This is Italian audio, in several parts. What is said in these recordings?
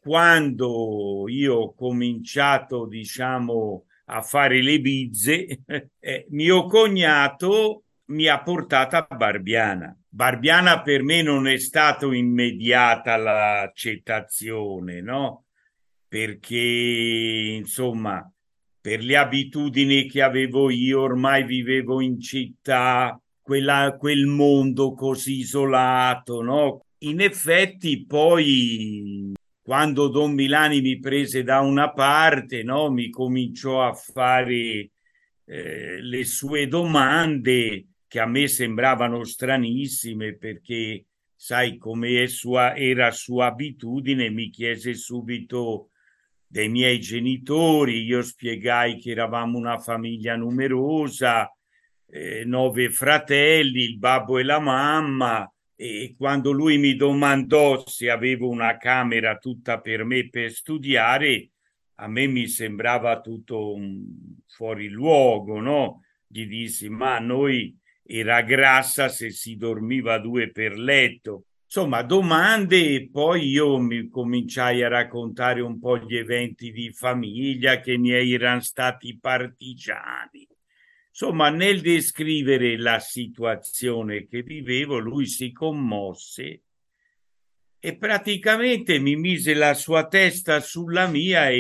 quando io ho cominciato, diciamo, a fare le bizze, mio cognato mi ha portato a Barbiana. Barbiana per me non è stato immediata l'accettazione, no? Perché, insomma, per le abitudini che avevo io, ormai vivevo in città, quel mondo così isolato, no? In effetti, poi, quando Don Milani mi prese da una parte, no? Mi cominciò a fare le sue domande che a me sembravano stranissime perché, sai, come era sua abitudine, mi chiese subito dei miei genitori, io spiegai che eravamo una famiglia numerosa, 9 fratelli, il babbo e la mamma, e quando lui mi domandò se avevo una camera tutta per me per studiare, a me mi sembrava tutto fuori luogo, no? Gli dissi, ma a noi era grassa se si dormiva due per letto. Insomma, domande e poi io mi cominciai a raccontare un po' gli eventi di famiglia, che i miei erano stati partigiani. Insomma, nel descrivere la situazione che vivevo, lui si commosse e praticamente mi mise la sua testa sulla mia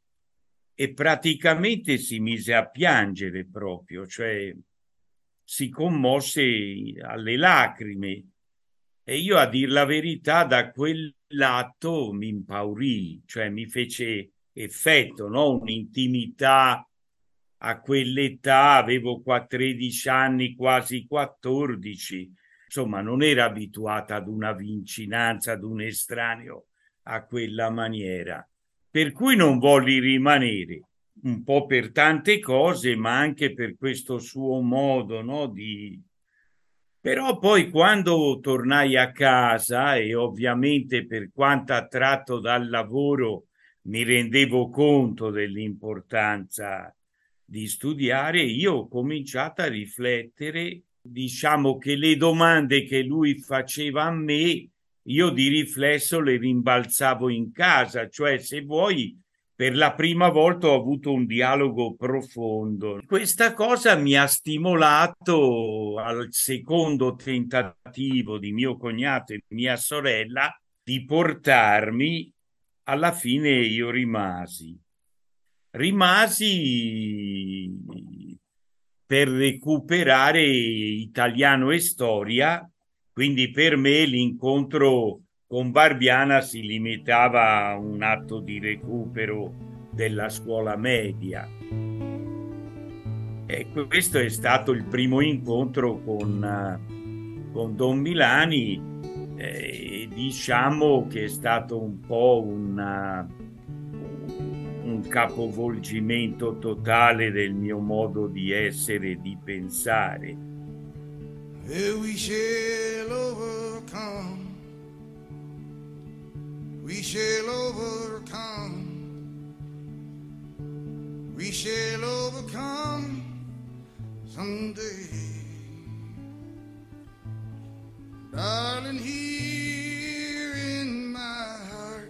e praticamente si mise a piangere proprio, cioè si commosse alle lacrime. E io, a dir la verità, da quell'atto mi impaurì, cioè mi fece effetto, no? Un'intimità a quell'età, avevo qua 13 anni, quasi 14, insomma, non era abituata ad una vicinanza, ad un estraneo a quella maniera. Per cui non volli rimanere, un po' per tante cose, ma anche per questo suo modo, no, di... Però poi quando tornai a casa e ovviamente per quanto attratto dal lavoro mi rendevo conto dell'importanza di studiare, io ho cominciato a riflettere, diciamo che le domande che lui faceva a me, io di riflesso le rimbalzavo in casa, cioè se vuoi per la prima volta ho avuto un dialogo profondo. Questa cosa mi ha stimolato al secondo tentativo di mio cognato e mia sorella di portarmi. Alla fine io rimasi per recuperare italiano e storia, quindi per me l'incontro con Barbiana si limitava a un atto di recupero della scuola media. E questo è stato il primo incontro con Don Milani, diciamo che è stato un po' un capovolgimento totale del mio modo di essere e di pensare. We shall overcome. We shall overcome. We shall overcome someday. Darling, here in my heart,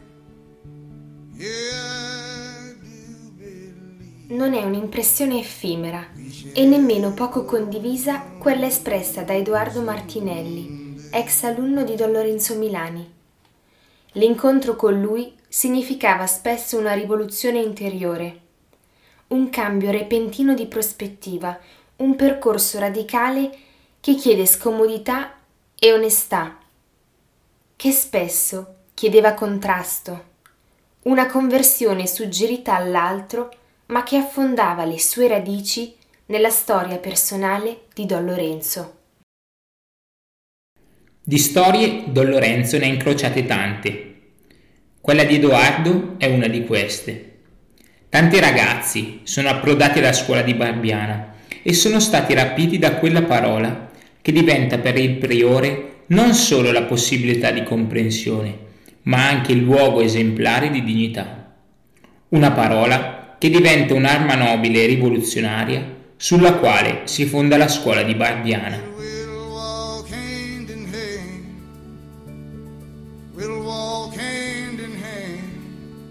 yeah, I do believe. Non è un'impressione effimera e nemmeno poco condivisa quella espressa da Edoardo Martinelli, ex alunno di Don Lorenzo Milani. L'incontro con lui significava spesso una rivoluzione interiore, un cambio repentino di prospettiva, un percorso radicale che chiede scomodità e onestà, che spesso chiedeva contrasto, una conversione suggerita all'altro, ma che affondava le sue radici nella storia personale di Don Lorenzo. Di storie Don Lorenzo ne ha incrociate tante. Quella di Edoardo è una di queste. Tanti ragazzi sono approdati alla scuola di Barbiana e sono stati rapiti da quella parola che diventa per il priore non solo la possibilità di comprensione, ma anche il luogo esemplare di dignità. Una parola che diventa un'arma nobile e rivoluzionaria sulla quale si fonda la scuola di Barbiana. We'll walk hand in hand. We'll walk hand in hand.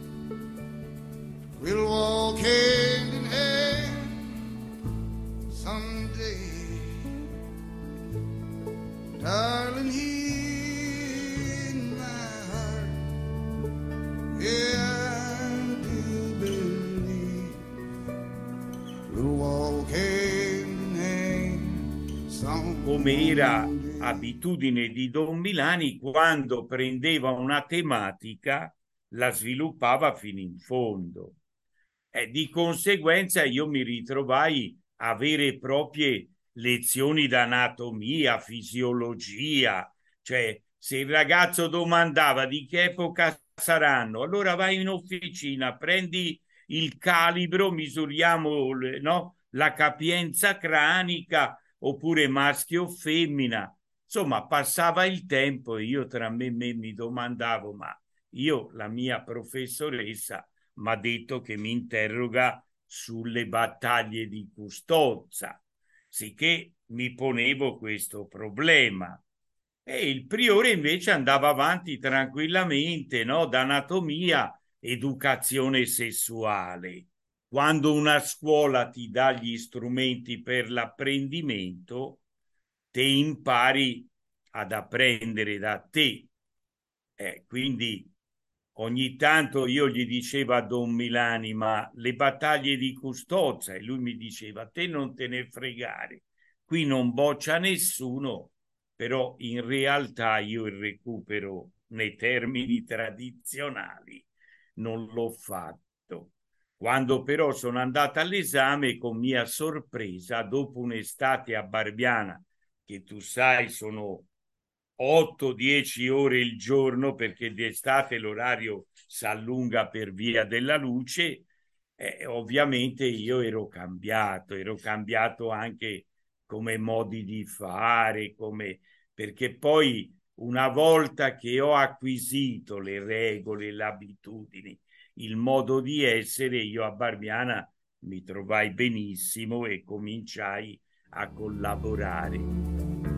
come era abitudine di Don Milani, quando prendeva una tematica la sviluppava fino in fondo. Di conseguenza io mi ritrovai a vere e proprie lezioni d'anatomia, fisiologia, cioè se il ragazzo domandava di che epoca saranno, allora vai in officina, prendi il calibro, misuriamo no, la capienza cranica, oppure maschio o femmina. Insomma, passava il tempo e io tra me mi domandavo, ma io, la mia professoressa, mi ha detto che mi interroga sulle battaglie di Custozza, sicché mi ponevo questo problema. E il priore invece andava avanti tranquillamente, no? D'anatomia, educazione sessuale. Quando una scuola ti dà gli strumenti per l'apprendimento, te impari ad apprendere da te. Quindi ogni tanto io gli dicevo a Don Milani, ma le battaglie di Custozza, e lui mi diceva, te non te ne fregare, qui non boccia nessuno, però in realtà io il recupero nei termini tradizionali non l'ho fatto. Quando però sono andato all'esame, con mia sorpresa, dopo un'estate a Barbiana, che tu sai sono 8-10 ore il giorno, perché d'estate l'orario si allunga per via della luce, ovviamente io ero cambiato anche come modi di fare, come, perché poi una volta che ho acquisito le regole, le abitudini, il modo di essere, io a Barbiana mi trovai benissimo e cominciai a collaborare.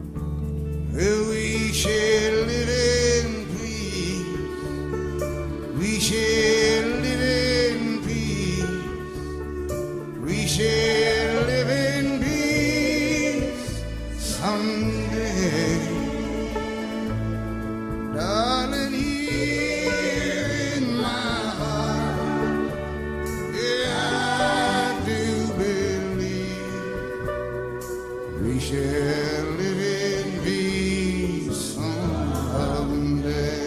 We shall live in peace. We shall live in peace. We shall live in peace someday. Darling, here in my heart, yeah, I do believe we shall live in peace someday.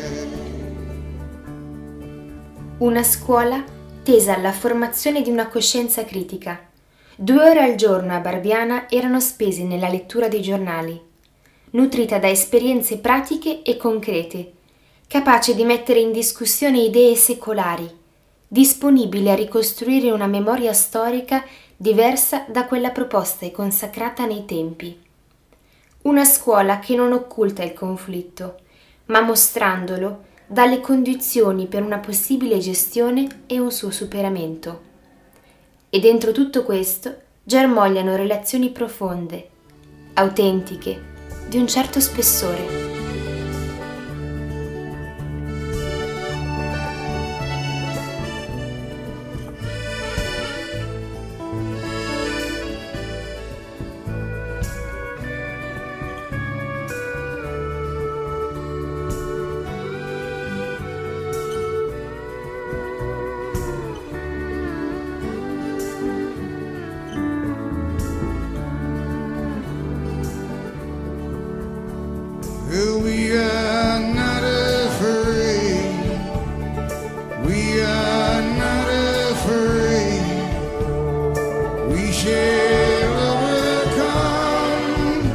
Una scuola tesa alla formazione di una coscienza critica. 2 ore al giorno a Barbiana erano spese nella lettura dei giornali, nutrita da esperienze pratiche e concrete, capace di mettere in discussione idee secolari, disponibile a ricostruire una memoria storica diversa da quella proposta e consacrata nei tempi. Una scuola che non occulta il conflitto, ma mostrandolo dà le condizioni per una possibile gestione e un suo superamento. E dentro tutto questo germogliano relazioni profonde, autentiche, di un certo spessore. We are not afraid. We are not afraid. We shall overcome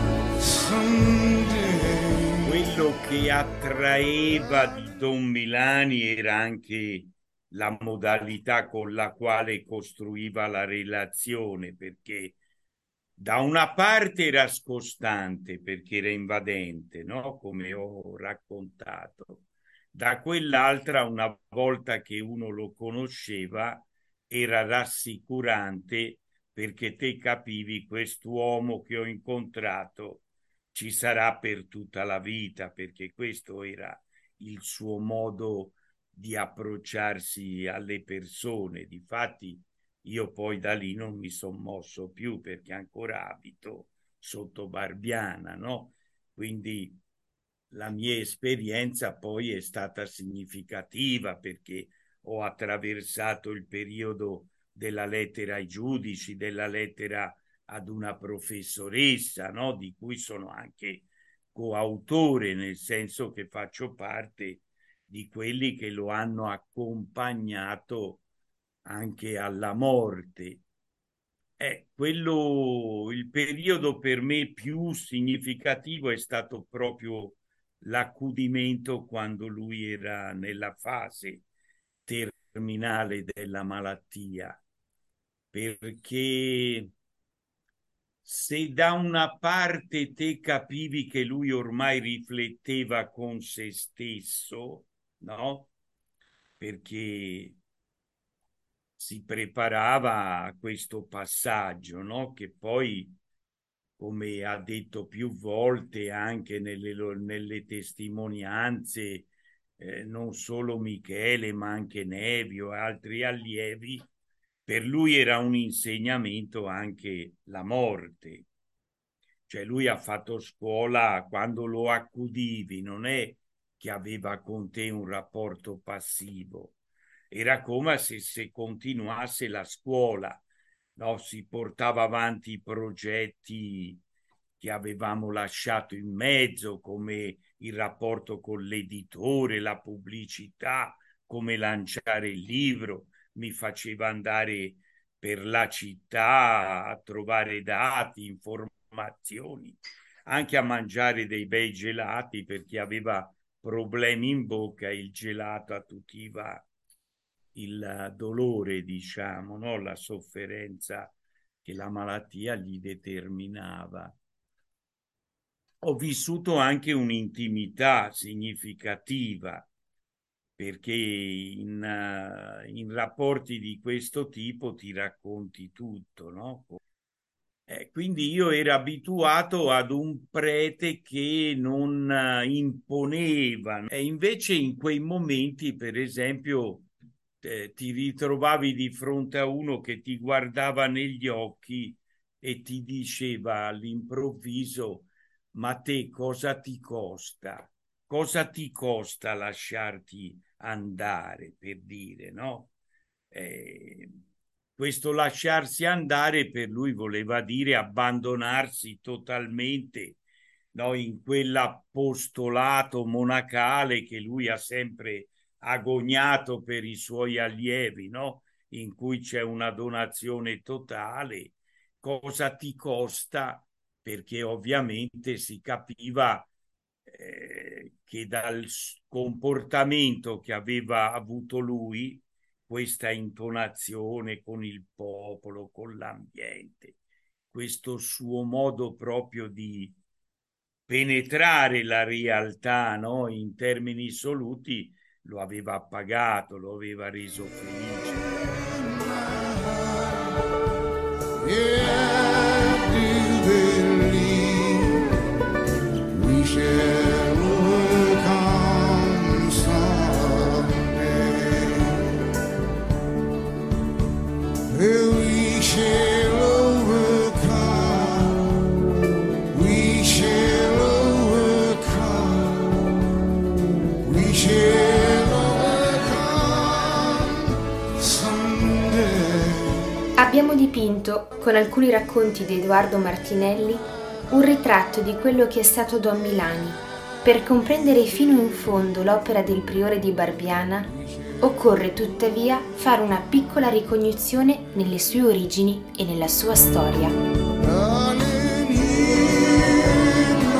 someday. Quello che attraeva di Don Milani era anche la modalità con la quale costruiva la relazione, perché da una parte era scostante perché era invadente, no? Come ho raccontato. Da quell'altra, una volta che uno lo conosceva, era rassicurante, perché te capivi, quest'uomo che ho incontrato ci sarà per tutta la vita, perché questo era il suo modo di approcciarsi alle persone. Difatti io poi da lì non mi sono mosso più, perché ancora abito sotto Barbiana, no? Quindi la mia esperienza poi è stata significativa, perché ho attraversato il periodo della lettera ai giudici, della lettera ad una professoressa, no? Di cui sono anche coautore, nel senso che faccio parte di quelli che lo hanno accompagnato anche alla morte. Il periodo per me più significativo è stato proprio l'accudimento quando lui era nella fase terminale della malattia, perché se da una parte te capivi che lui ormai rifletteva con se stesso, no? Perché si preparava a questo passaggio, no? Che poi, come ha detto più volte anche nelle testimonianze, non solo Michele, ma anche Nevio e altri allievi, per lui era un insegnamento anche la morte. Cioè lui ha fatto scuola quando lo accudivi, non è che aveva con te un rapporto passivo, era come se continuasse la scuola, no? Si portava avanti i progetti che avevamo lasciato in mezzo, come il rapporto con l'editore, la pubblicità, come lanciare il libro, mi faceva andare per la città a trovare dati, informazioni, anche a mangiare dei bei gelati perché aveva problemi in bocca, il gelato attutiva il dolore, diciamo, no? La sofferenza che la malattia gli determinava. Ho vissuto anche un'intimità significativa, perché in rapporti di questo tipo ti racconti tutto, no? Quindi io ero abituato ad un prete che non imponeva, e invece in quei momenti, per esempio, ti ritrovavi di fronte a uno che ti guardava negli occhi e ti diceva all'improvviso: ma te cosa ti costa? Cosa ti costa lasciarti andare, per dire, no? Questo lasciarsi andare per lui voleva dire abbandonarsi totalmente, no, in quell'apostolato monacale che lui ha sempre agognato per i suoi allievi, no? In cui c'è una donazione totale. Cosa ti costa? Perché ovviamente si capiva che dal comportamento che aveva avuto lui, questa intonazione con il popolo, con l'ambiente, questo suo modo proprio di penetrare la realtà, no? In termini assoluti, lo aveva appagato, lo aveva reso felice. Yeah, I do believe we shall overcome someday. Well, we shall overcome. We shall overcome. We shall overcome someday. Abbiamo dipinto, con alcuni racconti di Edoardo Martinelli, un ritratto di quello che è stato Don Milani. Per comprendere fino in fondo l'opera del priore di Barbiana, occorre tuttavia fare una piccola ricognizione nelle sue origini e nella sua storia. Darling, hear my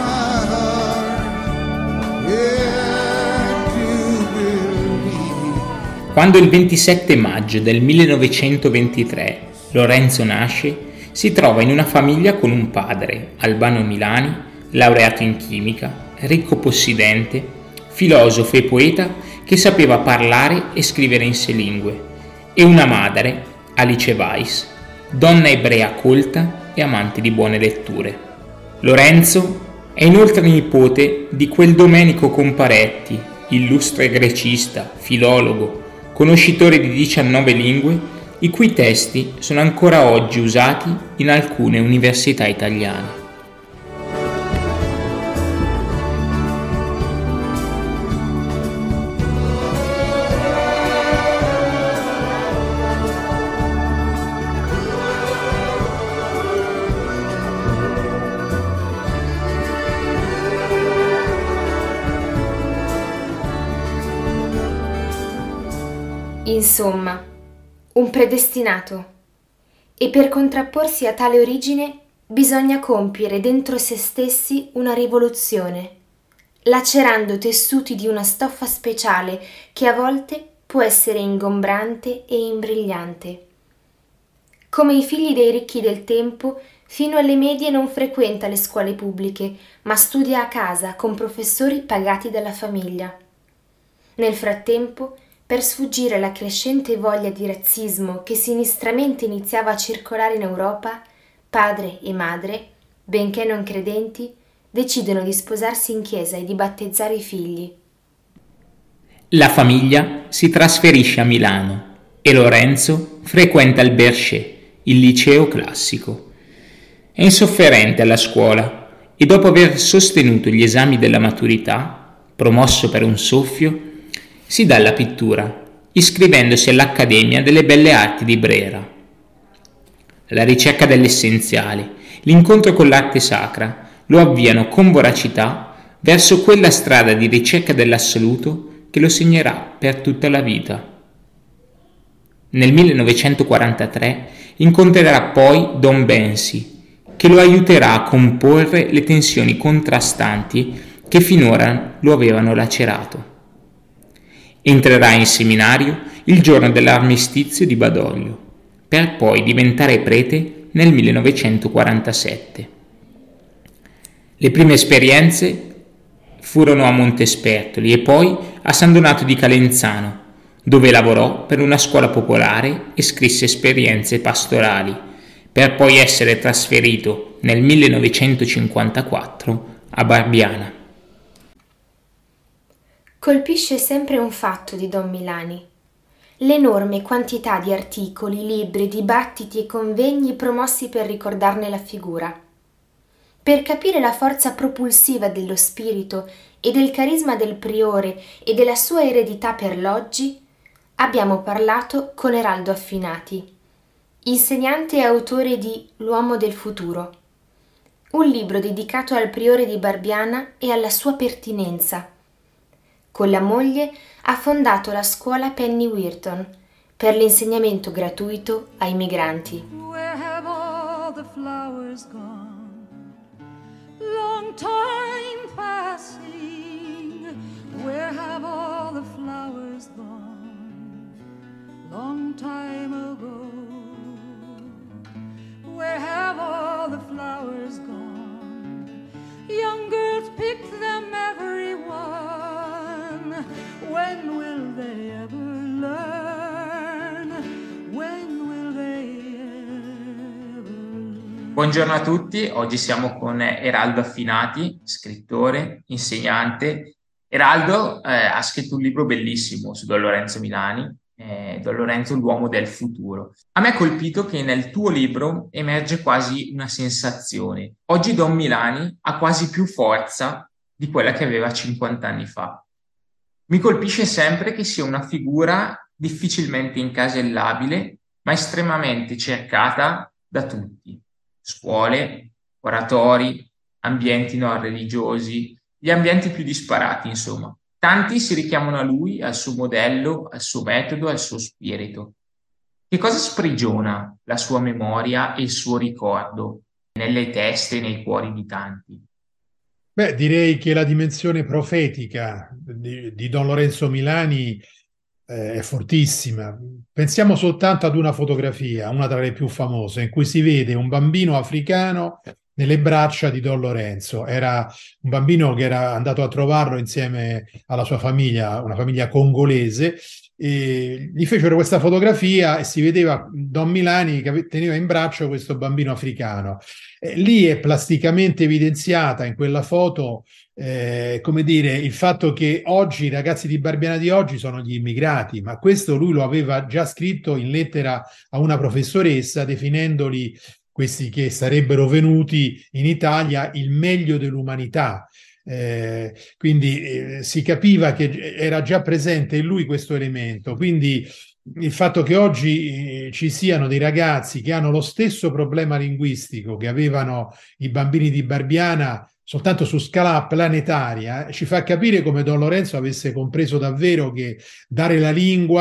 heart. Yeah, I do believe. Quando il 27 maggio del 1923 Lorenzo nasce, si trova in una famiglia con un padre, Albano Milani, laureato in chimica, ricco possidente, filosofo e poeta che sapeva parlare e scrivere in 6 lingue, e una madre, Alice Weiss, donna ebrea colta e amante di buone letture. Lorenzo è inoltre nipote di quel Domenico Comparetti, illustre grecista, filologo, conoscitore di 19 lingue, i cui testi sono ancora oggi usati in alcune università italiane. Insomma, un predestinato. E per contrapporsi a tale origine bisogna compiere dentro se stessi una rivoluzione, lacerando tessuti di una stoffa speciale che a volte può essere ingombrante e imbrigliante. Come i figli dei ricchi del tempo, fino alle medie non frequenta le scuole pubbliche, ma studia a casa con professori pagati dalla famiglia. Nel frattempo, per sfuggire alla crescente voglia di razzismo che sinistramente iniziava a circolare in Europa, padre e madre, benché non credenti, decidono di sposarsi in chiesa e di battezzare i figli. La famiglia si trasferisce a Milano e Lorenzo frequenta il Berchet, il liceo classico. È insofferente alla scuola e dopo aver sostenuto gli esami della maturità, promosso per un soffio, si dà alla pittura, iscrivendosi all'Accademia delle Belle Arti di Brera. La ricerca dell'essenziale, l'incontro con l'arte sacra lo avviano con voracità verso quella strada di ricerca dell'assoluto che lo segnerà per tutta la vita. Nel 1943 incontrerà poi Don Bensi, che lo aiuterà a comporre le tensioni contrastanti che finora lo avevano lacerato. Entrerà in seminario il giorno dell'armistizio di Badoglio, per poi diventare prete nel 1947. Le prime esperienze furono a Montespertoli e poi a San Donato di Calenzano, dove lavorò per una scuola popolare e scrisse esperienze pastorali, per poi essere trasferito nel 1954 a Barbiana. Colpisce sempre un fatto di Don Milani: l'enorme quantità di articoli, libri, dibattiti e convegni promossi per ricordarne la figura. Per capire la forza propulsiva dello spirito e del carisma del priore e della sua eredità per l'oggi, abbiamo parlato con Eraldo Affinati, insegnante e autore di L'uomo del futuro, un libro dedicato al priore di Barbiana e alla sua pertinenza. Con la moglie ha fondato la scuola Penny Weirton per l'insegnamento gratuito ai migranti. Where have all the flowers gone? Long time passing. Where have all the flowers gone? Long time ago. Where have all the flowers gone? Young girls picked them every one. When will they ever learn? When will they ever learn? Buongiorno a tutti, oggi siamo con Eraldo Affinati, scrittore, insegnante. Eraldo ha scritto un libro bellissimo su Don Lorenzo Milani, Don Lorenzo l'uomo del futuro. A me ha colpito che nel tuo libro emerge quasi una sensazione. Oggi Don Milani ha quasi più forza di quella che aveva 50 anni fa. Mi colpisce sempre che sia una figura difficilmente incasellabile, ma estremamente cercata da tutti. Scuole, oratori, ambienti non religiosi, gli ambienti più disparati, insomma. Tanti si richiamano a lui, al suo modello, al suo metodo, al suo spirito. Che cosa sprigiona la sua memoria e il suo ricordo nelle teste e nei cuori di tanti? Beh, direi che la dimensione profetica di Don Lorenzo Milani è fortissima. Pensiamo soltanto ad una fotografia, una tra le più famose, in cui si vede un bambino africano nelle braccia di Don Lorenzo. Era un bambino che era andato a trovarlo insieme alla sua famiglia, una famiglia congolese, e gli fecero questa fotografia e si vedeva Don Milani che teneva in braccio questo bambino africano. Lì è plasticamente evidenziata in quella foto, come dire, il fatto che oggi i ragazzi di Barbiana di oggi sono gli immigrati, ma questo lui lo aveva già scritto in lettera a una professoressa, definendoli, questi che sarebbero venuti in Italia, il meglio dell'umanità. Quindi si capiva che era già presente in lui questo elemento. Quindi il fatto che oggi ci siano dei ragazzi che hanno lo stesso problema linguistico che avevano i bambini di Barbiana, soltanto su scala planetaria, ci fa capire come Don Lorenzo avesse compreso davvero che dare la lingua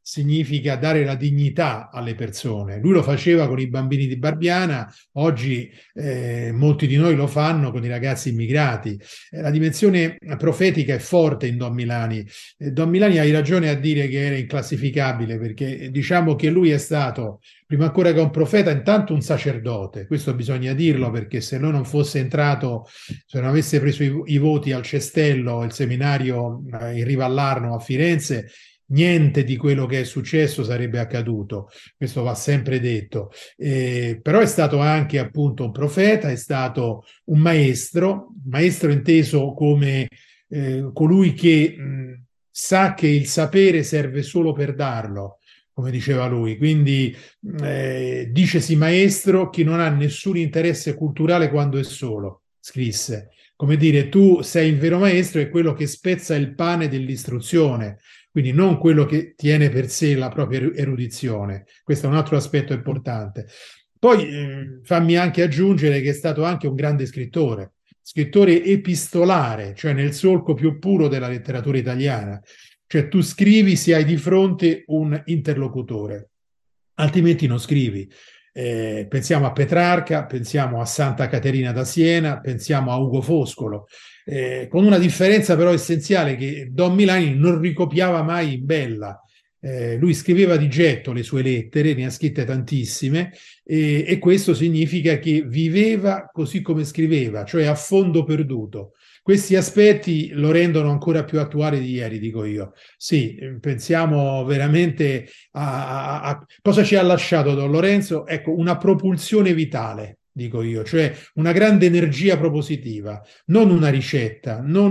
significa dare la dignità alle persone. Lui lo faceva con i bambini di Barbiana, oggi molti di noi lo fanno con i ragazzi immigrati. La dimensione profetica è forte in Don Milani. Don Milani hai ragione a dire che era inclassificabile, perché diciamo che lui è stato, prima ancora che un profeta, intanto un sacerdote. Questo bisogna dirlo, perché se lui non fosse entrato, se non avesse preso i voti al Cestello, il seminario in riva all'Arno a Firenze, niente di quello che è successo sarebbe accaduto. Questo va sempre detto. Però è stato anche appunto un profeta, è stato un maestro inteso come colui che sa che il sapere serve solo per darlo, come diceva lui. Quindi dicesi maestro chi non ha nessun interesse culturale quando è solo, scrisse. Come dire, tu sei il vero maestro, è quello che spezza il pane dell'istruzione, quindi non quello che tiene per sé la propria erudizione. Questo è un altro aspetto importante. Poi fammi anche aggiungere che è stato anche un grande scrittore epistolare, cioè nel solco più puro della letteratura italiana. Cioè tu scrivi se hai di fronte un interlocutore, altrimenti non scrivi. Pensiamo a Petrarca, pensiamo a Santa Caterina da Siena, pensiamo a Ugo Foscolo, con una differenza però essenziale, che Don Milani non ricopiava mai in bella. Lui scriveva di getto le sue lettere, ne ha scritte tantissime, e questo significa che viveva così come scriveva, cioè a fondo perduto. Questi aspetti lo rendono ancora più attuale di ieri, dico io. Sì, pensiamo veramente a cosa ci ha lasciato Don Lorenzo? Ecco, una propulsione vitale, dico io, cioè una grande energia propositiva, non una ricetta, non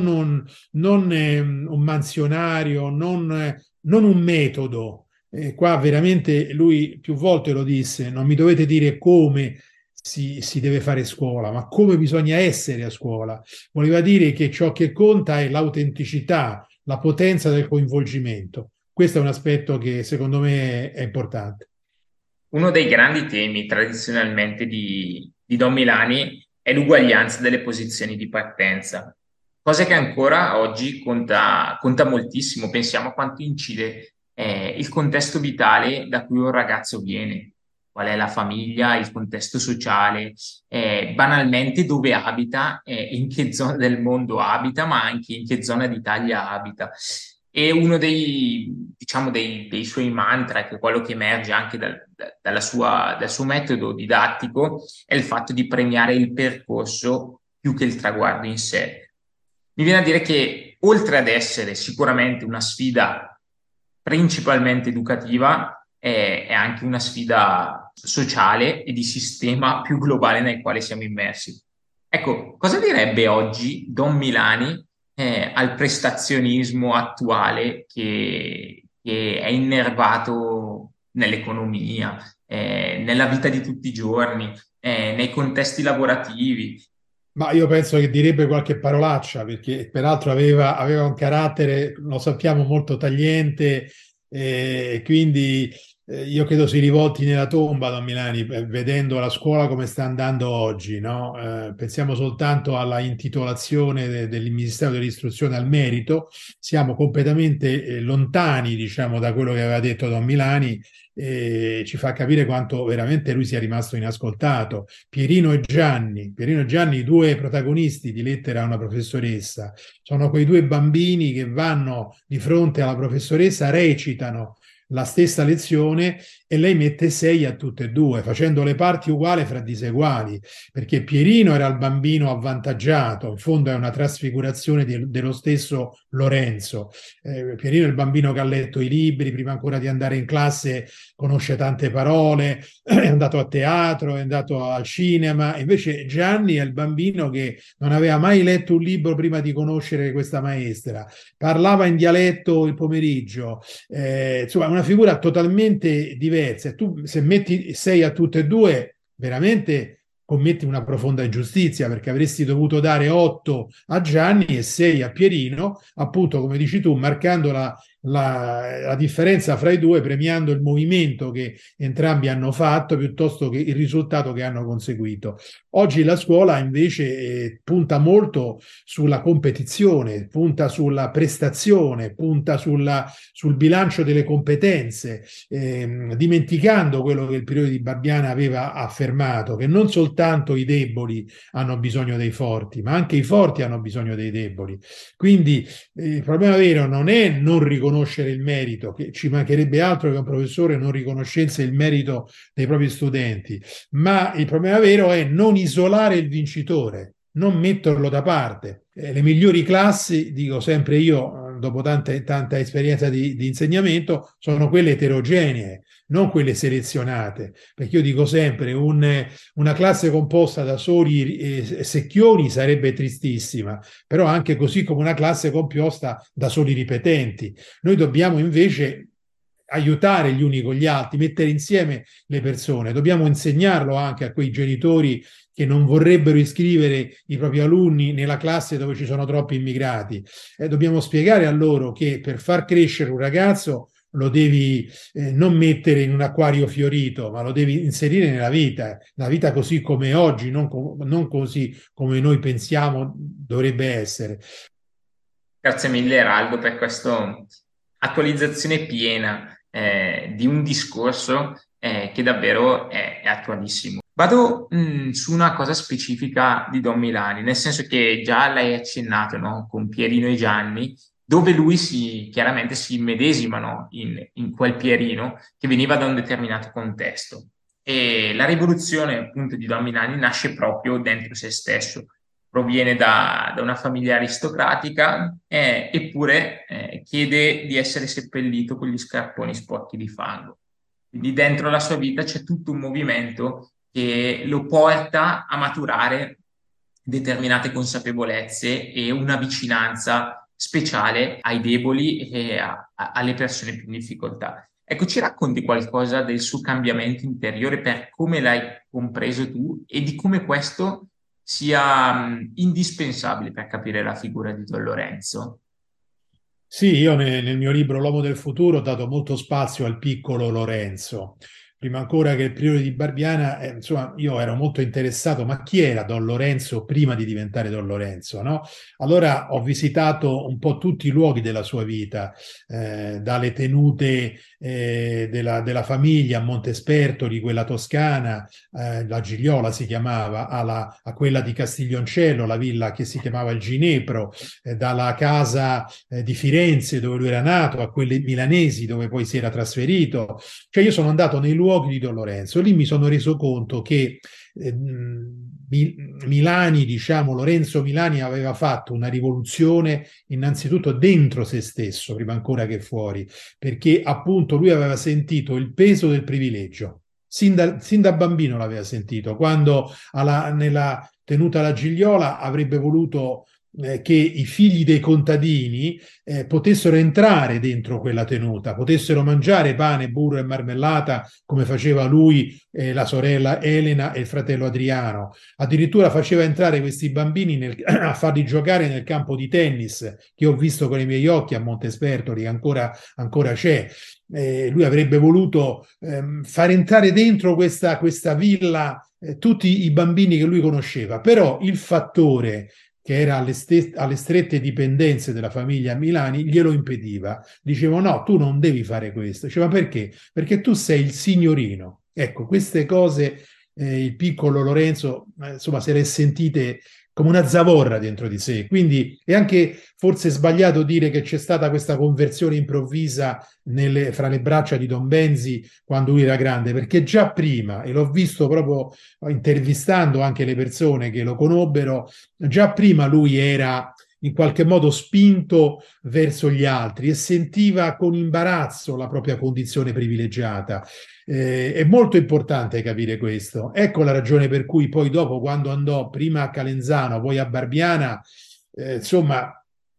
un mansionario, non un metodo. Qua veramente lui più volte lo disse: non mi dovete dire come si deve fare scuola, ma come bisogna essere a scuola. Voleva dire che ciò che conta è l'autenticità, la potenza del coinvolgimento. Questo è un aspetto che secondo me è importante. Uno dei grandi temi tradizionalmente di Don Milani è l'uguaglianza delle posizioni di partenza, cosa che ancora oggi conta moltissimo. Pensiamo a quanto incide il contesto vitale da cui un ragazzo viene, qual è la famiglia, il contesto sociale, banalmente dove abita, in che zona del mondo abita, ma anche in che zona d'Italia abita. E uno diciamo, dei suoi mantra, che è quello che emerge anche dal suo metodo didattico, è il fatto di premiare il percorso più che il traguardo in sé. Mi viene a dire che, oltre ad essere sicuramente una sfida principalmente educativa, è anche una sfida sociale e di sistema più globale nel quale siamo immersi. Ecco, cosa direbbe oggi Don Milani al prestazionismo attuale che è innervato nell'economia, nella vita di tutti i giorni, nei contesti lavorativi? Ma io penso che direbbe qualche parolaccia, perché peraltro aveva un carattere, lo sappiamo, molto tagliente, quindi io credo si rivolti nella tomba Don Milani, vedendo la scuola come sta andando oggi, no? Pensiamo soltanto alla intitolazione del Ministero dell'Istruzione al merito, siamo completamente lontani, diciamo, da quello che aveva detto Don Milani. Ci fa capire quanto veramente lui sia rimasto inascoltato. Pierino e Gianni, i due protagonisti di Lettera a una professoressa, sono quei due bambini che vanno di fronte alla professoressa, recitano la stessa lezione e lei mette 6 a tutte e due, facendo le parti uguali fra diseguali, perché Pierino era il bambino avvantaggiato, in fondo è una trasfigurazione dello stesso Lorenzo. Pierino è il bambino che ha letto i libri, prima ancora di andare in classe conosce tante parole, è andato a teatro, è andato al cinema. Invece Gianni è il bambino che non aveva mai letto un libro prima di conoscere questa maestra, parlava in dialetto il pomeriggio, insomma una figura totalmente diversa. Tu se metti 6 a tutte e due veramente commetti una profonda ingiustizia, perché avresti dovuto dare 8 a Gianni e 6 a Pierino, appunto come dici tu, marcando la differenza fra i due, premiando il movimento che entrambi hanno fatto piuttosto che il risultato che hanno conseguito. Oggi la scuola invece punta molto sulla competizione, punta sulla prestazione, punta sul bilancio delle competenze, dimenticando quello che il periodo di Barbiana aveva affermato, che non soltanto i deboli hanno bisogno dei forti, ma anche i forti hanno bisogno dei deboli. Quindi il problema vero non è non riconoscere il merito, che ci mancherebbe altro che un professore non riconoscesse il merito dei propri studenti, ma il problema vero è non isolare il vincitore, non metterlo da parte. Le migliori classi, dico sempre io, dopo tanta esperienza di insegnamento, sono quelle eterogenee, non quelle selezionate, perché io dico sempre una classe composta da soli secchioni sarebbe tristissima, però anche così come una classe composta da soli ripetenti. Noi dobbiamo invece aiutare gli uni con gli altri, mettere insieme le persone, dobbiamo insegnarlo anche a quei genitori che non vorrebbero iscrivere i propri alunni nella classe dove ci sono troppi immigrati. Dobbiamo spiegare a loro che per far crescere un ragazzo lo devi non mettere in un acquario fiorito, ma lo devi inserire nella vita, la vita così come è oggi, non così come noi pensiamo dovrebbe essere. Grazie mille Eraldo per questa attualizzazione piena di un discorso che davvero è attualissimo. Vado su una cosa specifica di Don Milani, nel senso che già l'hai accennato, no? Con Pierino e Gianni, dove lui chiaramente si immedesimano in quel Pierino che veniva da un determinato contesto. E la rivoluzione appunto di Don Milani nasce proprio dentro se stesso. Proviene da una famiglia aristocratica, eppure chiede di essere seppellito con gli scarponi sporchi di fango. Quindi dentro la sua vita c'è tutto un movimento che lo porta a maturare determinate consapevolezze e una vicinanza speciale ai deboli e alle persone più in difficoltà. Ecco, ci racconti qualcosa del suo cambiamento interiore per come l'hai compreso tu e di come questo sia indispensabile per capire la figura di Don Lorenzo? Sì, io nel mio libro L'uomo del futuro ho dato molto spazio al piccolo Lorenzo. Prima ancora che il periodo di Barbiana, insomma, io ero molto interessato, ma chi era Don Lorenzo prima di diventare Don Lorenzo, no? Allora ho visitato un po' tutti i luoghi della sua vita, dalle tenute della famiglia a Montespertoli, quella toscana, la Gigliola si chiamava, a quella di Castiglioncello, la villa che si chiamava il Ginepro, dalla casa di Firenze dove lui era nato, a quelle milanesi dove poi si era trasferito. Cioè io sono andato nei luoghi di Don Lorenzo, lì mi sono reso conto che Milani, diciamo, Lorenzo Milani aveva fatto una rivoluzione innanzitutto dentro se stesso, prima ancora che fuori, perché appunto lui aveva sentito il peso del privilegio. Sin da bambino l'aveva sentito, quando nella tenuta alla Gigliola avrebbe voluto che i figli dei contadini potessero entrare dentro quella tenuta, potessero mangiare pane, burro e marmellata come faceva lui, la sorella Elena e il fratello Adriano. Addirittura faceva entrare questi bambini a farli giocare nel campo di tennis che ho visto con i miei occhi a Montespertoli, che ancora c'è. Lui avrebbe voluto far entrare dentro questa villa tutti i bambini che lui conosceva, però il fattore che era alle strette dipendenze della famiglia Milani, glielo impediva. Dicevo, no, tu non devi fare questo. Diceva, perché? Perché tu sei il signorino. Ecco, queste cose il piccolo Lorenzo, insomma, se le è sentite come una zavorra dentro di sé. Quindi è anche forse sbagliato dire che c'è stata questa conversione improvvisa fra le braccia di Don Benzi quando lui era grande, perché già prima, e l'ho visto proprio intervistando anche le persone che lo conobbero, già prima lui era in qualche modo spinto verso gli altri e sentiva con imbarazzo la propria condizione privilegiata. È molto importante capire questo. Ecco la ragione per cui poi dopo, quando andò prima a Calenzano, poi a Barbiana, insomma,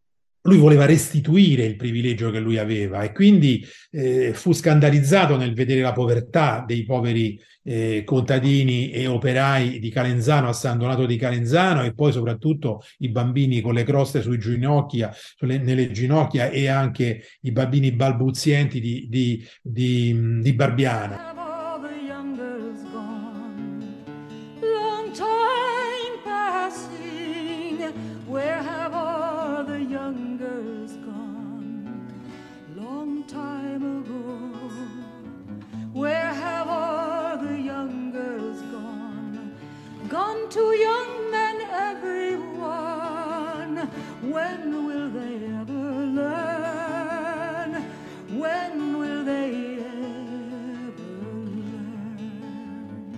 lui voleva restituire il privilegio che lui aveva e quindi fu scandalizzato nel vedere la povertà dei poveri contadini e operai di Calenzano, a San Donato di Calenzano, e poi soprattutto i bambini con le croste nelle ginocchia, e anche i bambini balbuzienti di Barbiana. Have all the young girls gone? Long time passing. Where have all the young girls gone? Long time ago. Where have all the young girls gone? Gone to young men, everyone. When will they ever learn? When will they ever learn?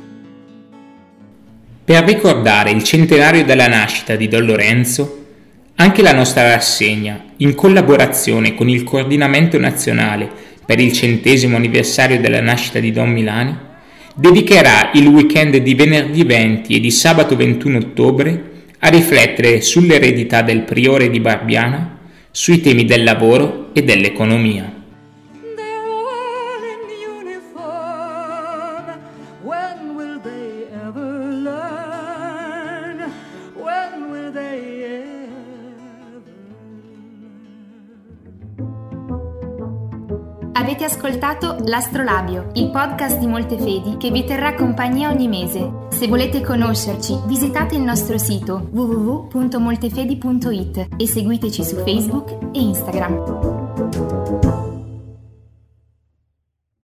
Per ricordare il centenario della nascita di Don Lorenzo, anche la nostra rassegna, in collaborazione con il Coordinamento Nazionale per il 100° anniversario della nascita di Don Milani, dedicherà il weekend di venerdì 20 e di sabato 21 ottobre a riflettere sull'eredità del priore di Barbiana, sui temi del lavoro e dell'economia. They're all in uniform. When will they ever learn? When will they ever learn? Avete ascoltato L'Astrolabio, il podcast di Moltefedi che vi terrà compagnia ogni mese. Se volete conoscerci, visitate il nostro sito www.moltefedi.it e seguiteci su Facebook e Instagram.